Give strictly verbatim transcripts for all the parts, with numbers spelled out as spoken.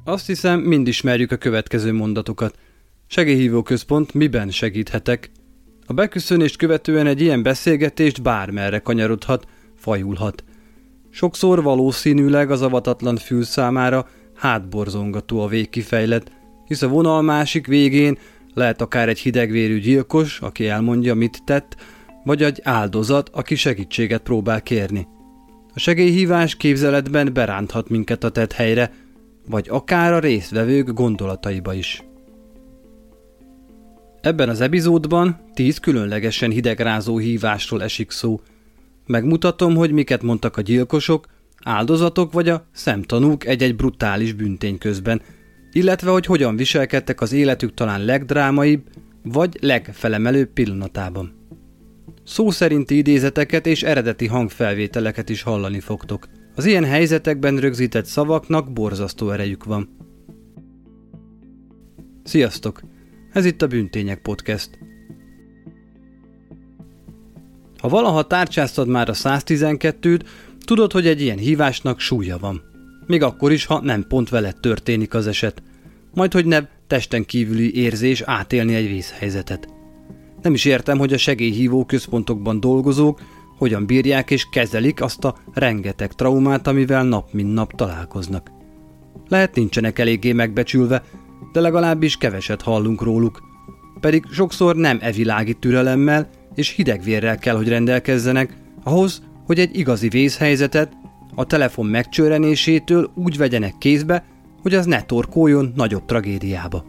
Azt hiszem, mind ismerjük a következő mondatokat. Segélyhívó központ, miben segíthetek? A beköszönést követően egy ilyen beszélgetést bármerre kanyarodhat, fajulhat. Sokszor valószínűleg az avatatlan fül számára hátborzongató a végkifejlet, hisz a vonal másik végén lehet akár egy hidegvérű gyilkos, aki elmondja, mit tett, vagy egy áldozat, aki segítséget próbál kérni. A segélyhívás képzeletben beránthat minket a tett helyre, vagy akár a résztvevők gondolataiba is. Ebben az epizódban tíz különlegesen hidegrázó hívásról esik szó. Megmutatom, hogy miket mondtak a gyilkosok, áldozatok vagy a szemtanúk egy-egy brutális bűntény közben, illetve hogy hogyan viselkedtek az életük talán legdrámaibb vagy legfelemelőbb pillanatában. Szó szerinti idézeteket és eredeti hangfelvételeket is hallani fogtok. Az ilyen helyzetekben rögzített szavaknak borzasztó erejük van. Sziasztok! Ez itt a Bűntények Podcast. Ha valaha tárcsáztad már a száztizenkettőt, tudod, hogy egy ilyen hívásnak súlya van. Még akkor is, ha nem pont veled történik az eset. Majd hogy ne testen kívüli érzés átélni egy vészhelyzetet. Nem is értem, hogy a segélyhívó központokban dolgozók hogyan bírják és kezelik azt a rengeteg traumát, amivel nap mint nap találkoznak. Lehet nincsenek eléggé megbecsülve, de legalábbis keveset hallunk róluk. Pedig sokszor nem evilági türelemmel és hidegvérrel kell, hogy rendelkezzenek, ahhoz, hogy egy igazi vészhelyzetet a telefon megcsörrenésétől úgy vegyenek kézbe, hogy az ne torkoljon nagyobb tragédiába.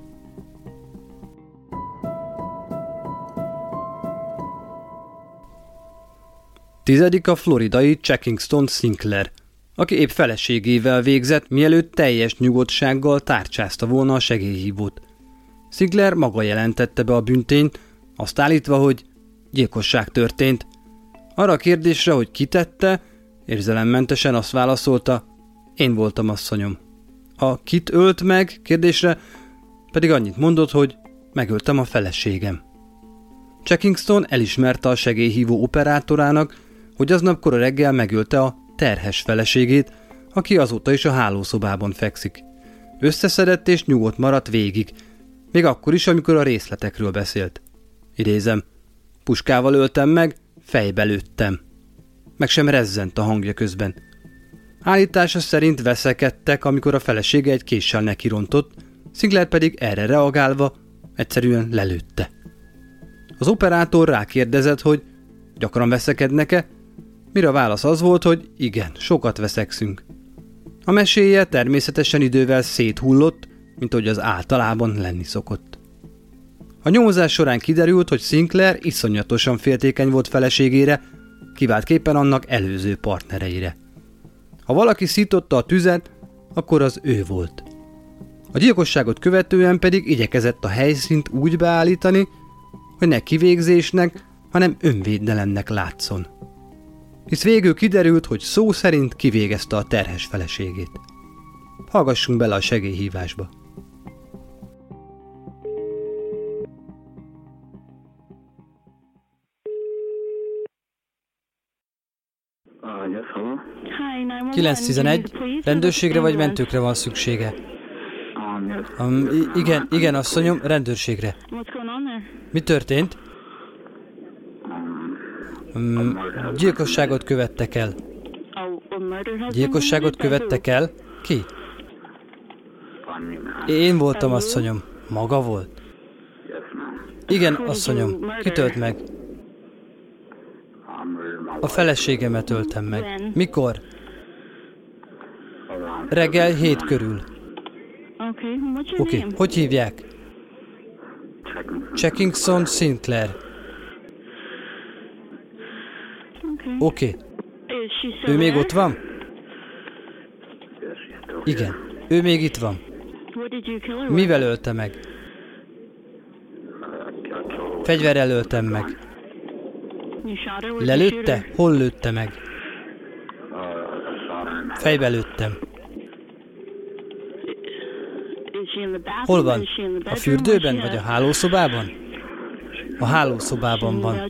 Tizedik a floridai Checkingston Sinclair, aki épp feleségével végzett, mielőtt teljes nyugodtsággal tárcsázta volna a segélyhívót. Sinclair maga jelentette be a bűntényt, azt állítva, hogy gyilkosság történt. Arra a kérdésre, hogy ki tette, érzelemmentesen azt válaszolta, én voltam, asszonyom. A kit ölt meg kérdésre pedig annyit mondott, hogy megöltem a feleségem. Checkingston elismerte a segélyhívó operátorának, hogy aznap kora reggel megölte a terhes feleségét, aki azóta is a hálószobában fekszik. Összeszedett és nyugodt maradt végig, még akkor is, amikor a részletekről beszélt. Idézem, puskával öltem meg, fejbe lőttem. Meg sem rezzent a hangja közben. Állítása szerint veszekedtek, amikor a felesége egy késsel nekirontott, Sinclair pedig erre reagálva egyszerűen lelőtte. Az operátor rákérdezett, hogy gyakran veszekednek-e, mire a válasz az volt, hogy igen, sokat veszekszünk. A meséje természetesen idővel széthullott, mint ahogy az általában lenni szokott. A nyomozás során kiderült, hogy Sinclair iszonyatosan féltékeny volt feleségére, kiváltképpen annak előző partnereire. Ha valaki szította a tüzet, akkor az ő volt. A gyilkosságot követően pedig igyekezett a helyszínt úgy beállítani, hogy ne kivégzésnek, hanem önvédelemnek látszon. Hisz végül kiderült, hogy szó szerint kivégezte a terhes feleségét. Hallgassunk bele a segélyhívásba. kilencszáztizenegy. Rendőrségre vagy mentőkre van szüksége? Um, igen, igen, asszonyom, rendőrségre. Mi történt? Um, gyilkosságot követtek el. Gyilkosságot követtek el? Ki? Én voltam, asszonyom. Maga volt? Igen, asszonyom. Ki tölt meg? A feleségemet öltem meg. Mikor? Reggel hét körül. Oké, okay. Hogy hívják? Checkingston Sinclair. Oké. Okay. Ő még ott van? Igen, ő még itt van. Mivel ölte meg? Fegyverrel öltem meg. Lelőtte? Hol lőtte meg? Fejbe lőttem. Hol van? A fürdőben vagy a hálószobában? A hálószobában van.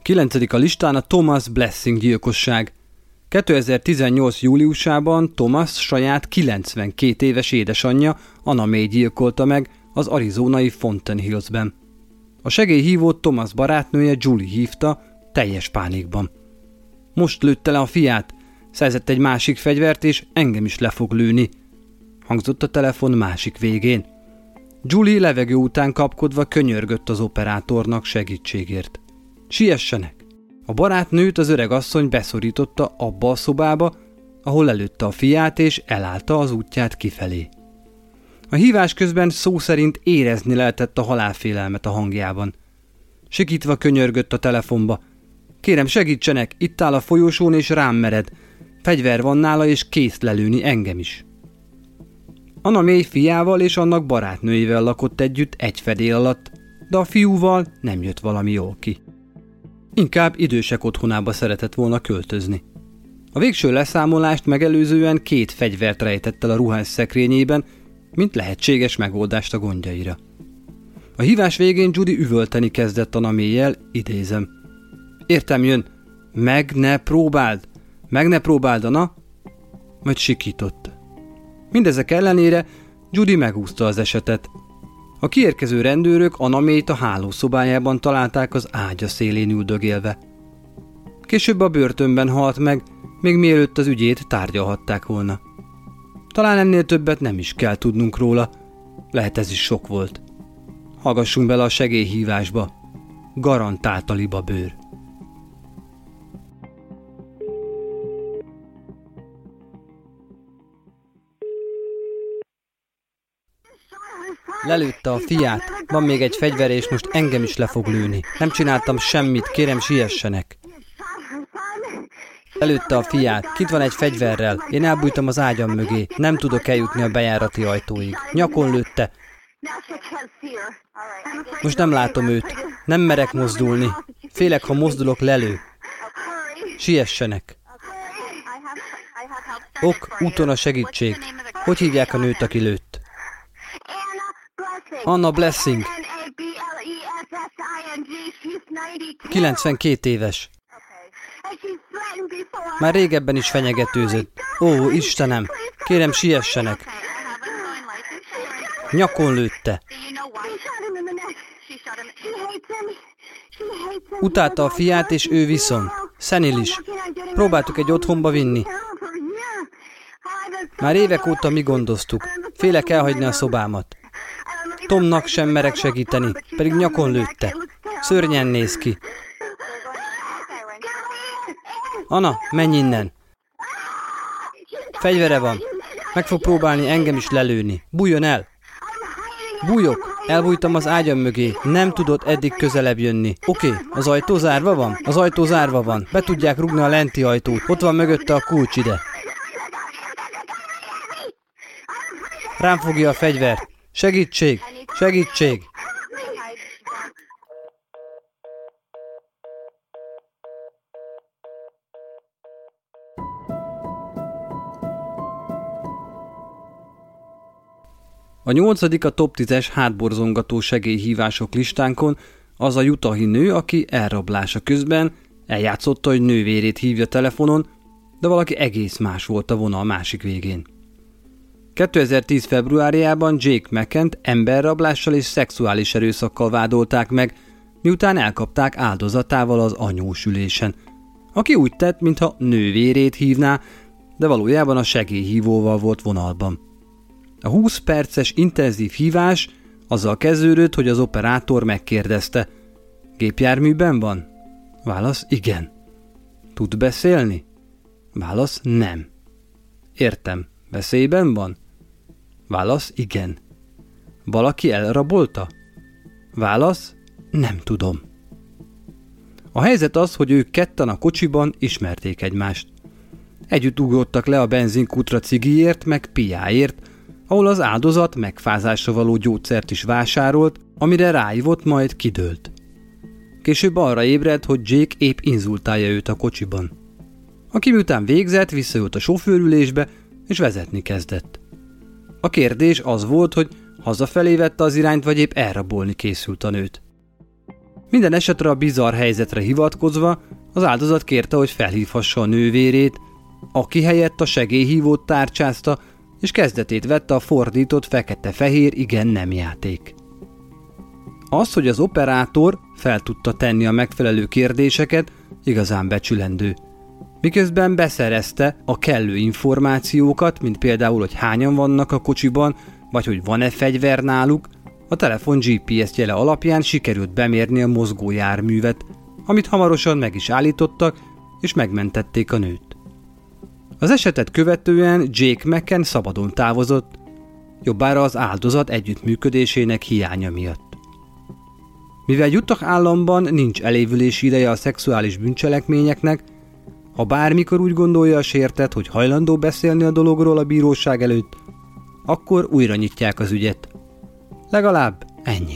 Kilencedik a listán a Thomas Blessing gyilkosság. kétezer-tizennyolc júliusában Thomas saját kilencvenkét éves édesanyja Anna May gyilkolta meg az arizonai Fountain Hillsben. A segélyhívót Thomas barátnője Julie hívta, teljes pánikban. Most lőtte le a fiát, szerzett egy másik fegyvert és engem is le fog lőni, hangzott a telefon másik végén. Julie levegő után kapkodva könyörgött az operátornak segítségért. Siessenek! A barátnőt az öreg asszony beszorította abba a szobába, ahol lelőtte a fiát és elállta az útját kifelé. A hívás közben szó szerint érezni lehetett a halálfélelmet a hangjában. Sikítva könyörgött a telefonba. Kérem, segítsenek, itt áll a folyosón és rám mered. Fegyver van nála és kész lelőni engem is. Anna May fiával és annak barátnőivel lakott együtt egy fedél alatt, de a fiúval nem jött valami jól ki. Inkább idősek otthonába szeretett volna költözni. A végső leszámolást megelőzően két fegyvert rejtett el a ruhás szekrényében, mint lehetséges megoldást a gondjaira. A hívás végén Judy üvölteni kezdett Anna May-jel, idézem. Értem jön, meg ne próbáld, meg ne próbáld, Anna, majd sikított. Mindezek ellenére Judy megúszta az esetet. A kiérkező rendőrök Anna May-t a hálószobájában találták az ágya szélén üldögélve. Később a börtönben halt meg, még mielőtt az ügyét tárgyalhatták volna. Talán ennél többet nem is kell tudnunk róla, lehet ez is sok volt. Hallgassunk bele a segélyhívásba, garantált a libabőr. Lelőtte a fiát, van még egy fegyvere és most engem is le fog lőni. Nem csináltam semmit, kérem siessenek. Lelőtte a fiát, kint van egy fegyverrel, én elbújtam az ágyam mögé, nem tudok eljutni a bejárati ajtóig. Nyakon lőtte. Most nem látom őt, nem merek mozdulni, félek, ha mozdulok, lelő. Siessenek. Ok, úton a segítség. Hogy hívják a nőt, aki lőtt? Anna Blessing. kilencvenkét éves. Már régebben is fenyegetőzött. Ó, Istenem, kérem siessenek. Nyakon lőtte. Utálta a fiát, és ő viszont. Szenil is. Próbáltuk egy otthonba vinni. Már évek óta mi gondoztuk. Félek elhagyni a szobámat. Tomnak sem merek segíteni, pedig nyakon lőtte. Szörnyen néz ki. Anna, menj innen! Fegyvere van. Meg fog próbálni engem is lelőni. Bújjon el! Bújok! Elbújtam az ágyam mögé. Nem tudott eddig közelebb jönni. Oké, okay, az ajtó zárva van? Az ajtó zárva van. Be tudják rúgni a lenti ajtót. Ott van mögötte a kulcs, ide. Rám fogja a fegyvert. Segítség! Segítség! A nyolcadik a top tízes hátborzongató segélyhívások listánkon az a utahi nő, aki elrablása közben eljátszotta, hogy nővérét hívja telefonon, de valaki egész más volt a vonal másik végén. kétezer-tíz februárjában Jake McCann-t emberrablással és szexuális erőszakkal vádolták meg, miután elkapták áldozatával az anyósülésen, aki úgy tett, mintha nővérét hívná, de valójában a segélyhívóval volt vonalban. A húsz perces intenzív hívás azzal kezdődött, hogy az operátor megkérdezte: gépjárműben van? Válasz: igen. Tud beszélni? Válasz: nem. Értem. Veszélyben van? Válasz: igen. Valaki elrabolta? Válasz: nem tudom. A helyzet az, hogy ők ketten a kocsiban ismerték egymást. Együtt ugrottak le a benzinkútra cigiért, meg piáért, ahol az áldozat megfázásra való gyógyszert is vásárolt, amire ráívott, majd kidőlt. Később arra ébredt, hogy Jake épp inzultálja őt a kocsiban. Aki miután végzett, visszajött a sofőrülésbe, és vezetni kezdett. A kérdés az volt, hogy hazafelé vette az irányt, vagy épp elrabolni készült a nőt. Minden esetre a bizarr helyzetre hivatkozva az áldozat kérte, hogy felhívhassa a nővérét, aki helyett a segélyhívót tárcsázta, és kezdetét vette a fordított fekete-fehér igen-nem játék. Az, hogy az operátor fel tudta tenni a megfelelő kérdéseket, igazán becsülendő. Miközben beszerezte a kellő információkat, mint például, hogy hányan vannak a kocsiban, vagy hogy van-e fegyver náluk, a telefon gé pé es jele alapján sikerült bemérni a mozgó járművet, amit hamarosan meg is állítottak, és megmentették a nőt. Az esetet követően Jake McCann szabadon távozott, jobbára az áldozat együttműködésének hiánya miatt. Mivel Utah államban nincs elévülési ideje a szexuális bűncselekményeknek, ha bármikor úgy gondolja a sértett, hogy hajlandó beszélni a dologról a bíróság előtt, akkor újra nyitják az ügyet. Legalább ennyi.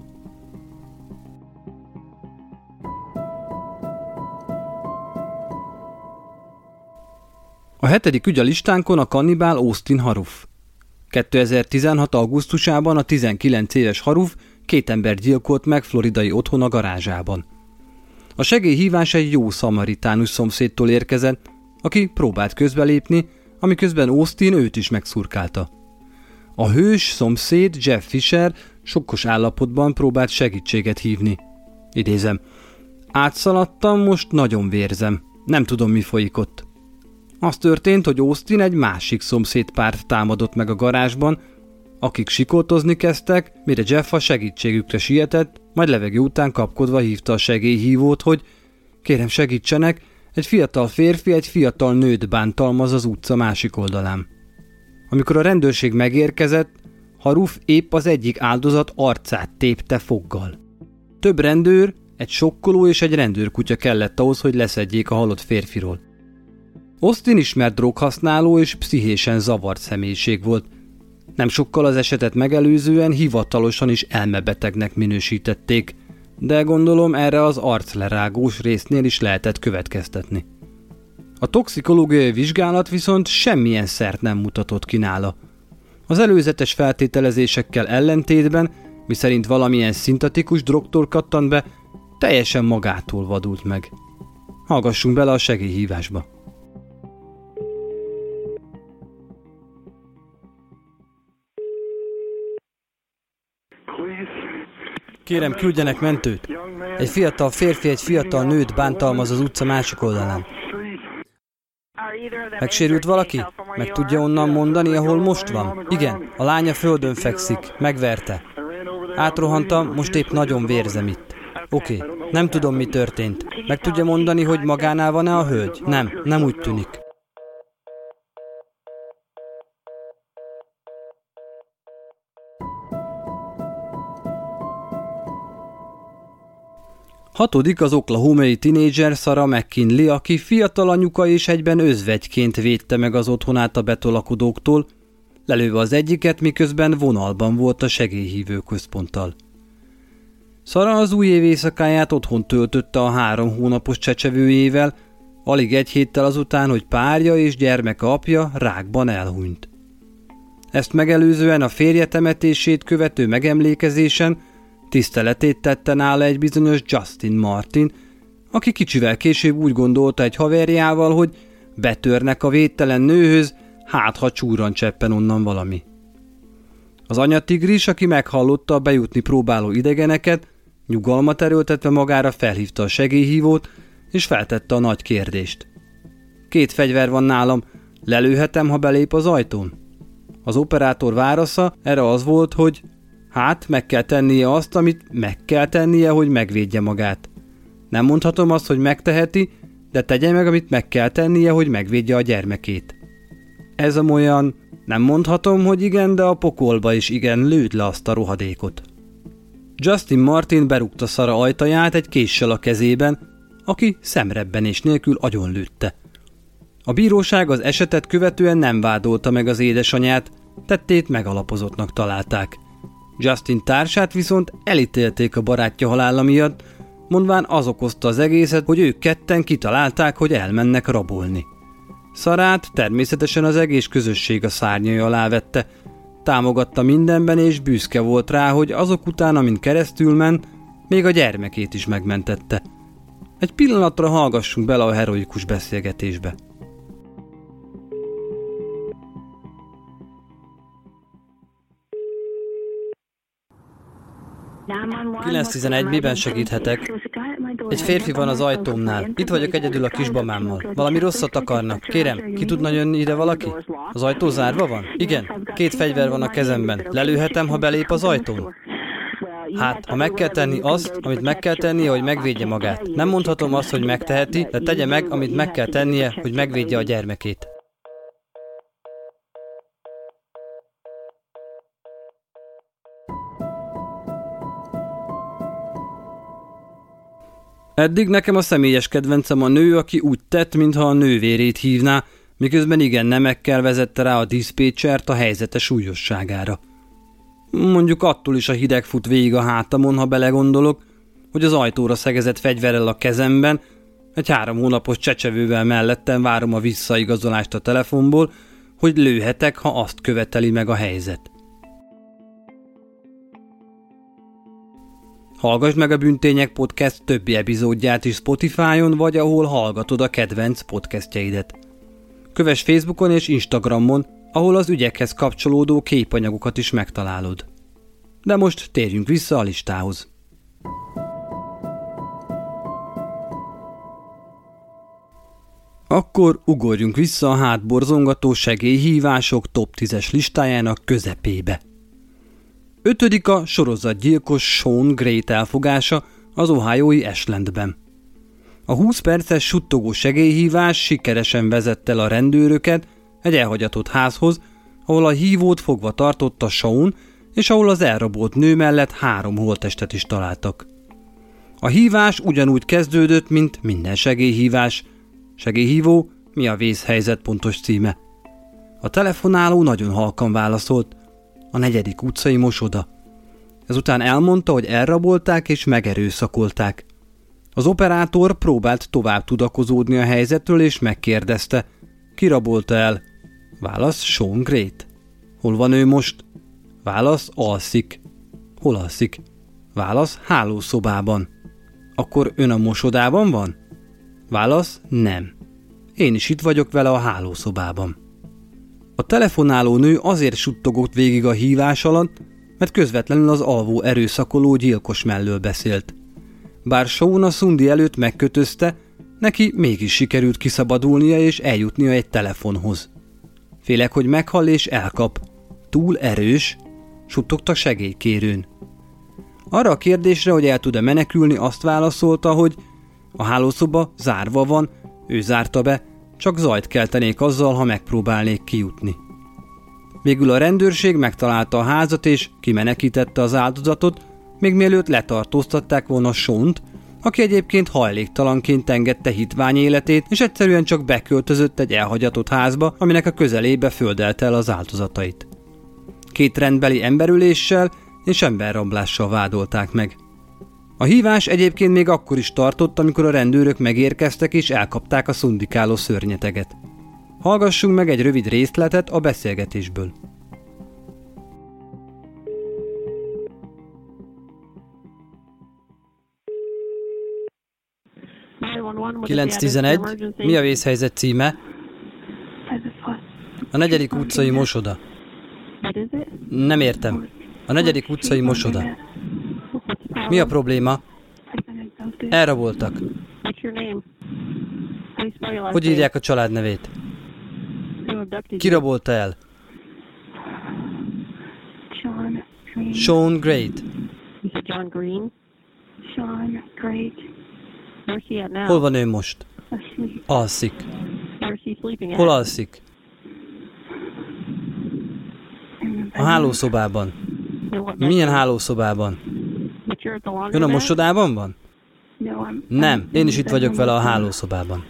A hetedik ügy a listánkon a kannibál Austin Haruf. kétezer-tizenhat. augusztusában a tizenkilenc éves Haruf két ember gyilkolt meg floridai otthona garázsában. A segélyhívás egy jó szamaritánus szomszédtól érkezett, aki próbált közbelépni, amiközben Austin őt is megszurkálta. A hős szomszéd Jeff Fisher sokkos állapotban próbált segítséget hívni. Idézem, átszaladtam, most nagyon vérzem, nem tudom mi folyik ott. Az történt, hogy Austin egy másik szomszédpárt támadott meg a garázsban, akik sikoltozni kezdtek, mire Jeff a segítségükre sietett, majd levegő után kapkodva hívta a segélyhívót, hogy kérem segítsenek, egy fiatal férfi egy fiatal nőt bántalmaz az utca másik oldalán. Amikor a rendőrség megérkezett, Haruf épp az egyik áldozat arcát tépte foggal. Több rendőr, egy sokkoló és egy rendőrkutya kellett ahhoz, hogy leszedjék a halott férfiról. Austin ismert droghasználó és pszichésen zavart személyiség volt. Nem sokkal az esetet megelőzően hivatalosan is elmebetegnek minősítették, de gondolom erre az arclerágós résznél is lehetett következtetni. A toxikológiai vizsgálat viszont semmilyen szert nem mutatott ki nála. Az előzetes feltételezésekkel ellentétben, miszerint valamilyen szintetikus drogtól kattant be, teljesen magától vadult meg. Hallgassunk bele a segélyhívásba. Kérem, küldjenek mentőt. Egy fiatal férfi egy fiatal nőt bántalmaz az utca másik oldalán. Megsérült valaki? Meg tudja onnan mondani, ahol most van? Igen, a lánya földön fekszik, megverte. Átrohantam, most épp nagyon vérzem itt. Oké, okay. Nem tudom, mi történt. Meg tudja mondani, hogy magánál van-e a hölgy? Nem, nem úgy tűnik. Hatodik az oklahomai tinédzser Sarah McKinley, aki fiatal anyuka és egyben özvegyként védte meg az otthonát a betolakodóktól, lelőve az egyiket, miközben vonalban volt a segélyhívő központtal. Sarah az új év éjszakáját otthon töltötte a három hónapos csecsevőjével, alig egy héttel azután, hogy párja és gyermeke apja rákban elhunyt. Ezt megelőzően a férje temetését követő megemlékezésen tiszteletét tette nála egy bizonyos Justin Martin, aki kicsivel később úgy gondolta egy haverjával, hogy betörnek a védtelen nőhöz, hát ha csúran cseppen onnan valami. Az anyatigris, aki meghallotta a bejutni próbáló idegeneket, nyugalmat erőltetve magára felhívta a segélyhívót, és feltette a nagy kérdést. Két fegyver van nálam, lelőhetem, ha belép az ajtón? Az operátor válasza erre az volt, hogy hát meg kell tennie azt, amit meg kell tennie, hogy megvédje magát. Nem mondhatom azt, hogy megteheti, de tegye meg, amit meg kell tennie, hogy megvédje a gyermekét. Ez amolyan, nem mondhatom, hogy igen, de a pokolba is igen, lőd le azt a rohadékot. Justin Martin berúgta Sarah ajtaját egy késsel a kezében, aki szemrebbenés nélkül agyonlőtte. A bíróság az esetet követően nem vádolta meg az édesanyját, tettét megalapozottnak találták. Justin társát viszont elítélték a barátja halála miatt, mondván az okozta az egészet, hogy ők ketten kitalálták, hogy elmennek rabolni. Sarát természetesen az egész közösség a szárnyai alá vette, támogatta mindenben és büszke volt rá, hogy azok után, amin keresztül ment, még a gyermekét is megmentette. Egy pillanatra hallgassunk bele a heroikus beszélgetésbe. kilenc tizenegy, miben segíthetek? Egy férfi van az ajtómnál. Itt vagyok egyedül a kisbamámmal. Valami rosszat akarnak. Kérem, ki tudna jönni ide valaki? Az ajtó zárva van? Igen. Két fegyver van a kezemben. Lelőhetem, ha belép az ajtón? Hát, ha meg kell tenni azt, amit meg kell tennie, hogy megvédje magát. Nem mondhatom azt, hogy megteheti, de tegye meg, amit meg kell tennie, hogy megvédje a gyermekét. Eddig nekem a személyes kedvencem a nő, aki úgy tett, mintha a nővérét hívná, miközben igen nemekkel vezette rá a diszpécsert a helyzete súlyosságára. Mondjuk attól is a hideg fut végig a hátamon, ha belegondolok, hogy az ajtóra szegezett fegyverrel a kezemben, egy három hónapos csecsevővel mellettem várom a visszaigazolást a telefonból, hogy lőhetek, ha azt követeli meg a helyzet. Hallgass meg a Bűntények Podcast többi epizódját is Spotify-on, vagy ahol hallgatod a kedvenc podcastjeidet. Kövess Facebookon és Instagramon, ahol az ügyekhez kapcsolódó képanyagokat is megtalálod. De most térjünk vissza a listához. Akkor ugorjunk vissza a hátborzongató segélyhívások top tízes listájának közepébe. Ötödik a sorozatgyilkos Shaun Gray elfogása az ohiói Ashlandben. A húsz perces suttogó segélyhívás sikeresen vezette el a rendőröket egy elhagyatott házhoz, ahol a hívót fogva tartotta Shaun, és ahol az elrabolt nő mellett három holttestet is találtak. A hívás ugyanúgy kezdődött, mint minden segélyhívás. Segélyhívó, mi a vészhelyzet pontos címe. A telefonáló nagyon halkan válaszolt: a negyedik utcai mosoda. Ezután elmondta, hogy elrabolták és megerőszakolták. Az operátor próbált tovább tudakozódni a helyzetről, és megkérdezte: ki rabolta el? Válasz: Shaun Gray-t. Hol van ő most? Válasz: alszik. Hol alszik? Válasz: hálószobában. Akkor ön a mosodában van? Válasz: nem. Én is itt vagyok vele a hálószobában. A telefonáló nő azért suttogott végig a hívás alatt, mert közvetlenül az alvó erőszakoló gyilkos mellől beszélt. Bár Shaun a szundi előtt megkötözte, neki mégis sikerült kiszabadulnia és eljutnia egy telefonhoz. Félek, hogy meghal és elkap. Túl erős, suttogta segélykérőn. Arra a kérdésre, hogy el tud-e menekülni, azt válaszolta, hogy a hálószoba zárva van, ő zárta be, csak zajt keltenék azzal, ha megpróbálnék kijutni. Végül a rendőrség megtalálta a házat és kimenekítette az áldozatot, még mielőtt letartóztatták volna Shaunt, aki egyébként hajléktalanként engedte hitvány életét, és egyszerűen csak beköltözött egy elhagyatott házba, aminek a közelébe földelte el az áldozatait. Két rendbeli emberöléssel és emberrablással vádolták meg. A hívás egyébként még akkor is tartott, amikor a rendőrök megérkeztek és elkapták a szundikáló szörnyeteget. Hallgassunk meg egy rövid részletet a beszélgetésből. kilenc tizenegy, mi a vészhelyzet címe? A negyedik utcai mosoda. Nem értem. A negyedik utcai mosoda. Mi a probléma? Elraboltak. Hogy írják a család nevét? Ki rabolta el? Shaun Gray-t. Hol van ő most? Alszik. Hol alszik? A hálószobában. Milyen hálószobában? Ön a mosodában van? Nem, én is itt vagyok vele a hálószobában.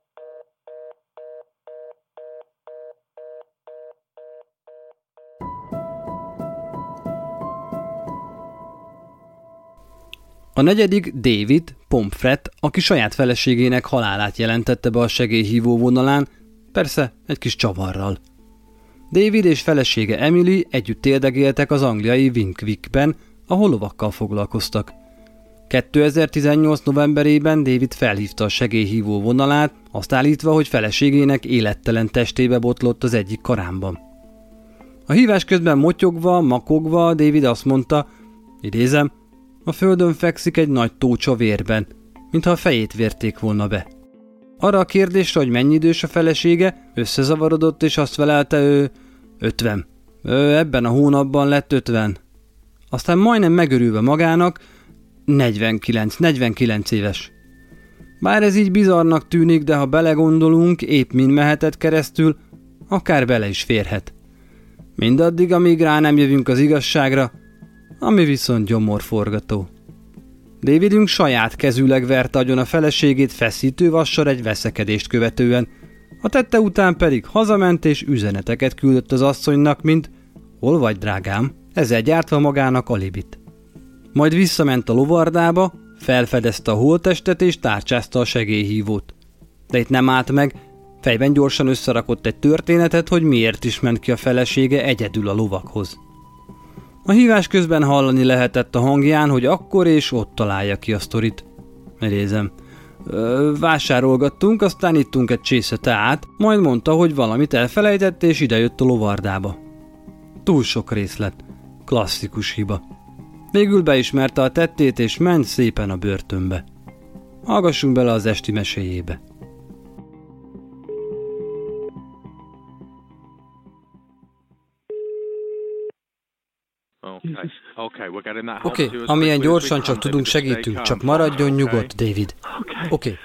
A negyedik David Pomfret, aki saját feleségének halálát jelentette be a segélyhívó vonalán, persze egy kis csavarral. David és felesége Emily együtt éldegéltek az angliai Winkwickben, ahol lovakkal foglalkoztak. kétezer-tizennyolc novemberében David felhívta a segélyhívó vonalát, azt állítva, hogy feleségének élettelen testébe botlott az egyik karámban. A hívás közben motyogva, makogva David azt mondta, idézem, a földön fekszik egy nagy tócsa vérben, mintha a fejét vérték volna be. Arra a kérdésre, hogy mennyi idős a felesége, összezavarodott és azt felelte, ő ötven. Ő ebben a hónapban lett ötven. Aztán majdnem megörülve magának, negyvenkilenc, negyvenkilenc éves. Bár ez így bizarrnak tűnik, de ha belegondolunk, épp mind mehetett keresztül, akár bele is férhet. Mindaddig, amíg rá nem jövünk az igazságra, ami viszont gyomorforgató. Davidünk saját kezűleg verte agyon a feleségét feszítő vassal egy veszekedést követően, a tette után pedig hazament és üzeneteket küldött az asszonynak, mint hol vagy, drágám, ezzel gyártva magának alibit. Majd visszament a lovardába, felfedezte a holttestet és tárcsázta a segélyhívót. De itt nem állt meg, fejben gyorsan összerakott egy történetet, hogy miért is ment ki a felesége egyedül a lovakhoz. A hívás közben hallani lehetett a hangján, hogy akkor és ott találja ki a sztorit. Idézem. Vásárolgattunk, aztán ittunk egy csésze teát, majd mondta, hogy valamit elfelejtett és idejött a lovardába. Túl sok részlet. Klasszikus hiba. Végül beismerte a tettét és ment szépen a börtönbe. Hallgassunk bele az esti meséjébe. Oké, okay, amilyen gyorsan csak tudunk, segítünk, csak maradjon nyugodt, David. Oké.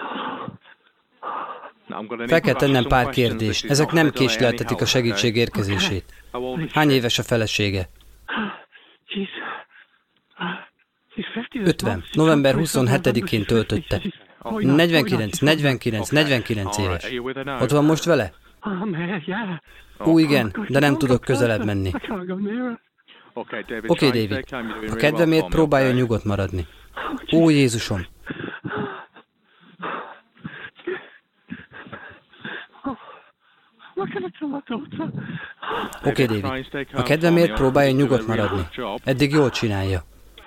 Okay. Fel kell tennem pár kérdést, ezek nem késleltetik a segítség érkezését. Hány éves a felesége? ötven. november huszonhetedikén töltötte. negyvenkilenc, negyvenkilenc, negyvenkilenc éves. Ott van most vele? Ó, igen, de nem tudok közelebb menni. Oké, okay, David. A kedvemért próbáljon nyugodt maradni. Ó, Jézusom! Oké, okay, David. A kedvemért próbáljon nyugodt maradni. Eddig jól csinálja.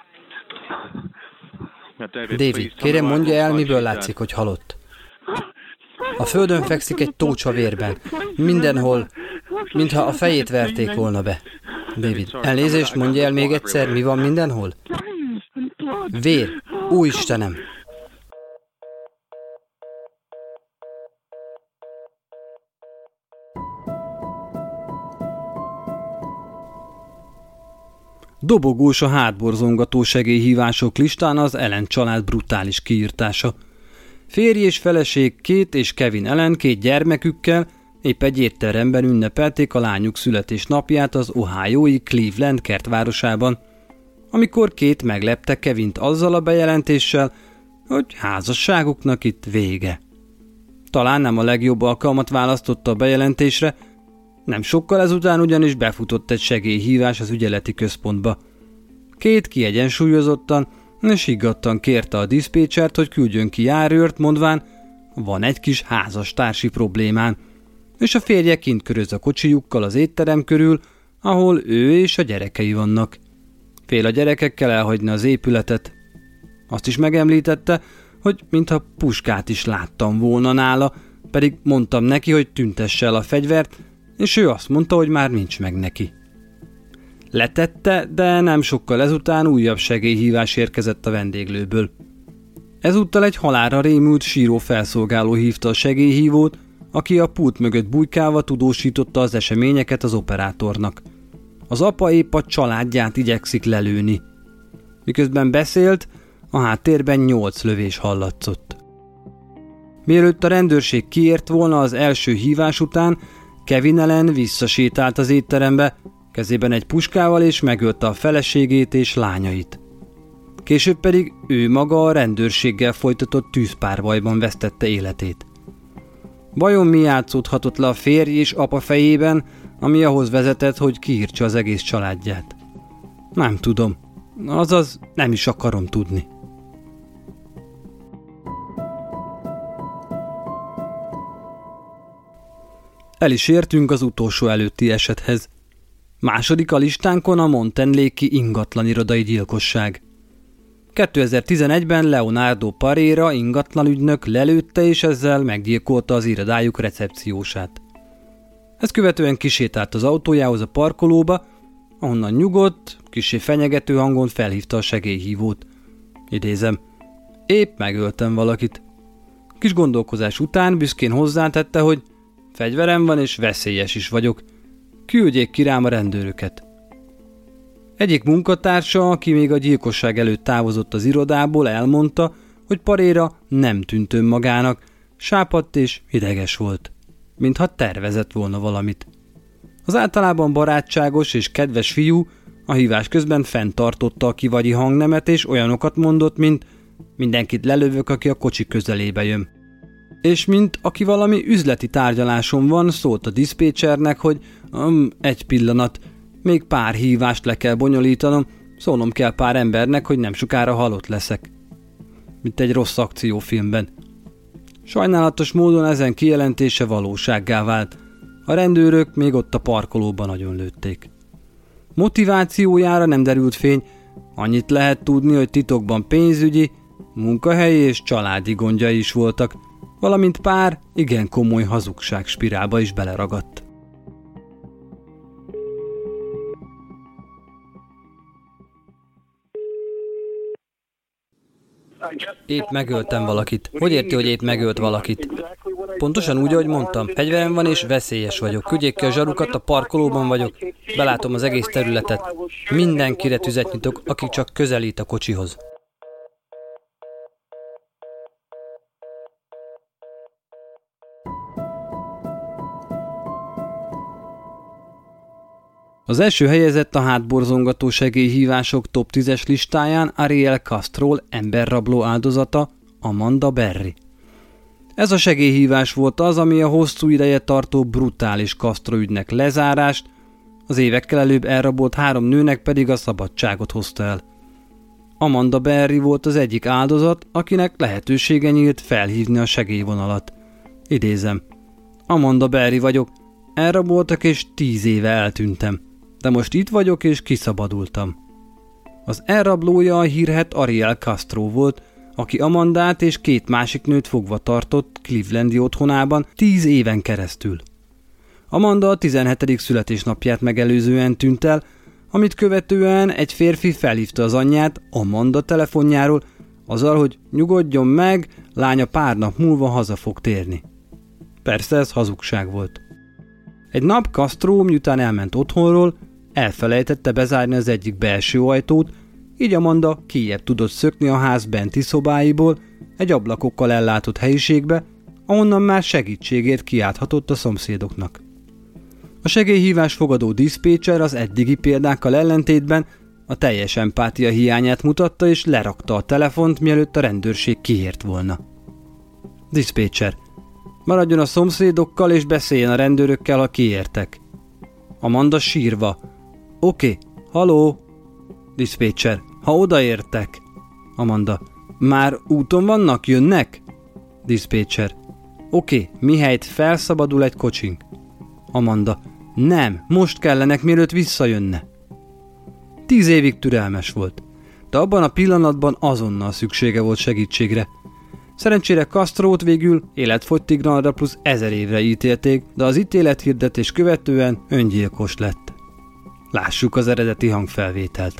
David, kérem mondja el, miből látszik, hogy halott. A földön fekszik egy tócsa vérben. Mindenhol, mintha a fejét verték volna be. David, elnézést, mondja el még egyszer, mi van mindenhol? Vér. Ó, Istenem! Dobogós a hátborzongató segélyhívások listán az Allen család brutális kiirtása. Férj és feleség Kate és Kevin Allen két gyermekükkel épp egy étteremben ünnepelték a lányuk születésnapját az ohiói Cleveland kertvárosában, amikor Kate meglepte Kevint azzal a bejelentéssel, hogy házasságuknak itt vége. Talán nem a legjobb alkalmat választotta a bejelentésre, nem sokkal ezután ugyanis befutott egy segélyhívás az ügyeleti központba. Kate kiegyensúlyozottan és higgadtan kérte a diszpécsert, hogy küldjön ki járőrt, mondván, van egy kis házastársi problémán, és a férje kint köröz a kocsijukkal az étterem körül, ahol ő és a gyerekei vannak. Fél a gyerekekkel elhagyni az épületet. Azt is megemlítette, hogy mintha puskát is láttam volna nála, pedig mondtam neki, hogy tüntesse el a fegyvert, és ő azt mondta, hogy már nincs meg neki. Letette, de nem sokkal ezután újabb segélyhívás érkezett a vendéglőből. Ezúttal egy halálra rémült síró felszolgáló hívta a segélyhívót, aki a pult mögött bujkálva tudósította az eseményeket az operátornak. Az apa épp a családját igyekszik lelőni. Miközben beszélt, a háttérben nyolc lövés hallatszott. Mielőtt a rendőrség kiért volna az első hívás után, Kevin Allen visszasétált az étterembe, kezében egy puskával és megölte a feleségét és lányait. Később pedig ő maga a rendőrséggel folytatott tűzpárbajban vesztette életét. Vajon mi játszódhatott le a férj és apa fejében, ami ahhoz vezetett, hogy kiírtsa az egész családját? Nem tudom. Azaz nem is akarom tudni. El is értünk az utolsó előtti esethez. Második a listánkon a Mountain Lake-i ingatlan irodai gyilkosság. kétezer-tizenegyben Leonardo Parera ingatlanügynök lelőtte és ezzel meggyilkolta az irodájuk recepciósát. Ezt követően kisétált az autójához a parkolóba, ahonnan nyugodt, kissé fenyegető hangon felhívta a segélyhívót. Idézem, épp megöltem valakit. Kis gondolkozás után büszkén hozzátette, hogy fegyverem van és veszélyes is vagyok. Küldjék ki rám a rendőröket. Egyik munkatársa, aki még a gyilkosság előtt távozott az irodából, elmondta, hogy Parera nem tűnt önmagának, sápadt és ideges volt, mintha tervezett volna valamit. Az általában barátságos és kedves fiú a hívás közben fenntartotta a kivagyi hangnemet és olyanokat mondott, mint mindenkit lelövök, aki a kocsi közelébe jön. És mint aki valami üzleti tárgyaláson van, szólt a diszpécsernek, hogy um, egy pillanat, még pár hívást le kell bonyolítanom, szólnom kell pár embernek, hogy nem sokára halott leszek. Mint egy rossz akciófilmben. Sajnálatos módon ezen kijelentése valósággá vált. A rendőrök még ott a parkolóban nagyon lőtték. Motivációjára nem derült fény, annyit lehet tudni, hogy titokban pénzügyi, munkahelyi és családi gondjai is voltak, valamint pár igen komoly hazugság spirálba is beleragadt. Épp megöltem valakit. Hogy érti, hogy épp megölt valakit? Pontosan úgy, ahogy mondtam. Fegyverem van és veszélyes vagyok. Küldjék ki a zsarukat, a parkolóban vagyok. Belátom az egész területet. Mindenkire tüzet nyitok, aki csak közelít a kocsihoz. Az első helyezett a hátborzongató segélyhívások top tízes listáján Ariel Castro emberrabló áldozata, Amanda Berry. Ez a segélyhívás volt az, ami a hosszú ideje tartó brutális Castro ügynek lezárást, az évekkel előbb elrabolt három nőnek pedig a szabadságot hozta el. Amanda Berry volt az egyik áldozat, akinek lehetősége nyílt felhívni a segélyvonalat. Idézem, Amanda Berry vagyok, elraboltak és tíz éve eltűntem. De most itt vagyok és kiszabadultam. Az elrablója a hírhedt Ariel Castro volt, aki Amandát és két másik nőt fogva tartott Clevelandi otthonában tíz éven keresztül. Amanda a tizenhetedik születésnapját megelőzően tűnt el, amit követően egy férfi felhívta az anyját Amanda telefonjáról, azzal, hogy nyugodjon meg, lánya pár nap múlva haza fog térni. Persze ez hazugság volt. Egy nap Castro, miután elment otthonról, elfelejtette bezárni az egyik belső ajtót, így Amanda kijjebb tudott szökni a ház benti szobáiból, egy ablakokkal ellátott helyiségbe, ahonnan már segítségért kiálthatott a szomszédoknak. A segélyhívás fogadó diszpécser az eddigi példákkal ellentétben a teljes empátia hiányát mutatta és lerakta a telefont, mielőtt a rendőrség kiért volna. Diszpécser. Maradjon a szomszédokkal és beszéljen a rendőrökkel, ha kiértek. Amanda sírva. Oké, okay. Haló? Diszpécser. Ha odaértek. Amanda. Már úton vannak, jönnek? Diszpécser. Oké, okay. Mihelyt felszabadul egy kocsink. Amanda. Nem, most kellenek, mielőtt visszajönne. Tíz évig türelmes volt, de abban a pillanatban azonnal szüksége volt segítségre. Szerencsére Castrót végül életfogytiglanra plusz ezer évre ítélték, de az ítélethirdetés követően öngyilkos lett. Lássuk az eredeti hangfelvételt.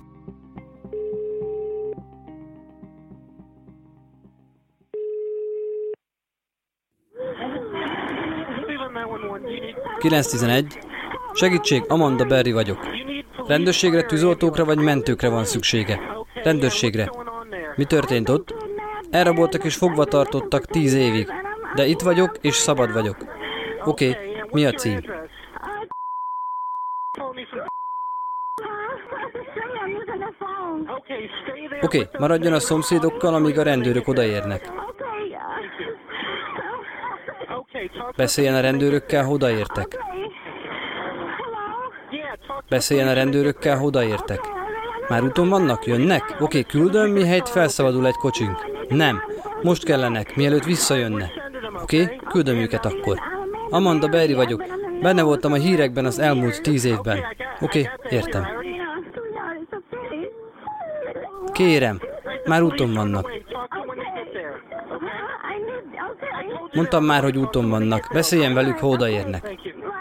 kilenc tizenegy. Segítség, Amanda Berry vagyok. Rendőrségre, tűzoltókra vagy mentőkre van szüksége. Rendőrségre. Mi történt ott? Elraboltak és fogva tartottak tíz évig, de itt vagyok és szabad vagyok. Oké, okay, mi a cím? Oké, okay, maradjon a szomszédokkal, amíg a rendőrök odaérnek. Beszéljen a rendőrökkel, ha odaértek. Beszéljen a rendőrökkel, ha odaértek. Már úton vannak? Jönnek? Oké, okay, küldöm, mihelyt felszabadul egy kocsink. Nem, most kellenek, mielőtt visszajönne. Oké, okay, küldöm őket akkor. Amanda Berry vagyok. Benne voltam a hírekben az elmúlt tíz évben. Oké, okay, értem. Kérem, Már úton vannak. Mondtam már, hogy úton vannak. Beszéljen velük, ha odaérnek.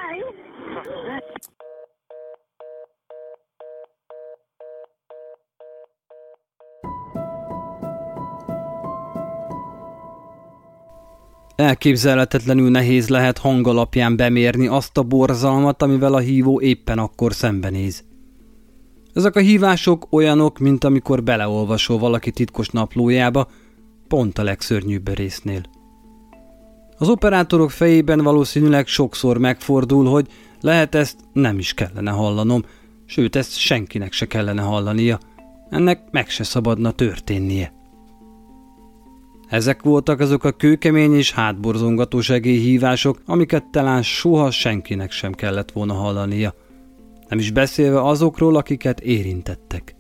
Elképzelhetetlenül nehéz lehet hang alapján bemérni azt a borzalmat, amivel a hívó éppen akkor szembenéz. Ezek a hívások olyanok, mint amikor beleolvasol valaki titkos naplójába, pont a legszörnyűbb résznél. Az operátorok fejében valószínűleg sokszor megfordul, hogy lehet ezt nem is kellene hallanom, sőt ezt senkinek se kellene hallania, ennek meg se szabadna történnie. Ezek voltak azok a kőkemény és hátborzongató segélyhívások, amiket talán soha senkinek sem kellett volna hallania, nem is beszélve azokról, akiket érintettek.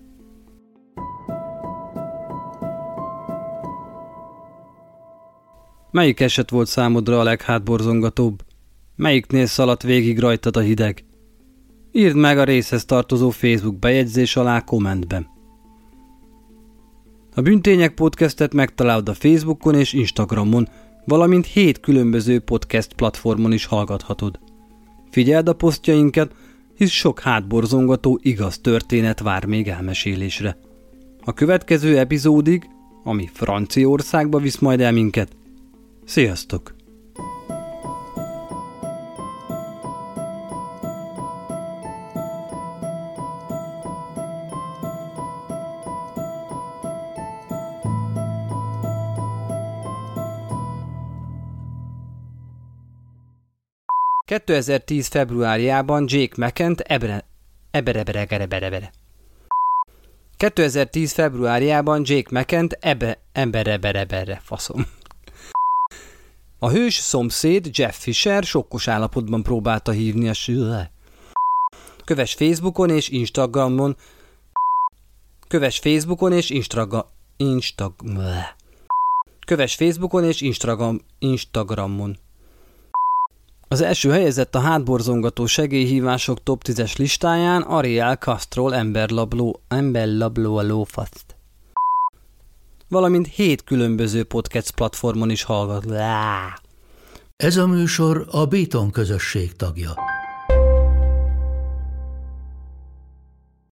Melyik eset volt számodra a leghátborzongatóbb? Melyiknél szaladt végig rajtad a hideg? Írd meg a részhez tartozó Facebook bejegyzés alá kommentben. A Bűntények podcastet megtalálod a Facebookon és Instagramon, valamint hét különböző podcast platformon is hallgathatod. Figyeld a posztjainkat, hisz sok hátborzongató igaz történet vár még elmesélésre. A következő epizódig, ami Franciaországba visz majd el minket. Sziasztok! kétezer-tíz februárjában Jake McKent ebere... Ebereberegereberebere. kétezer-tíz februárjában Jake McKent ebe... Embereberebere faszom. A hős szomszéd Jeff Fisher sokkos állapotban próbálta hívni a sűle. Kövess Facebookon és Instagramon. Kövess Facebookon és Instagram... Instag... Kövess Facebookon és Instagram... Instagramon. Az első helyezett a hátborzongató segélyhívások top tízes listáján Ariel Castro emberlabló, emberlabló a lófaszt. Valamint hét különböző podcast platformon is hallgat. Ez a műsor a Béton közösség tagja.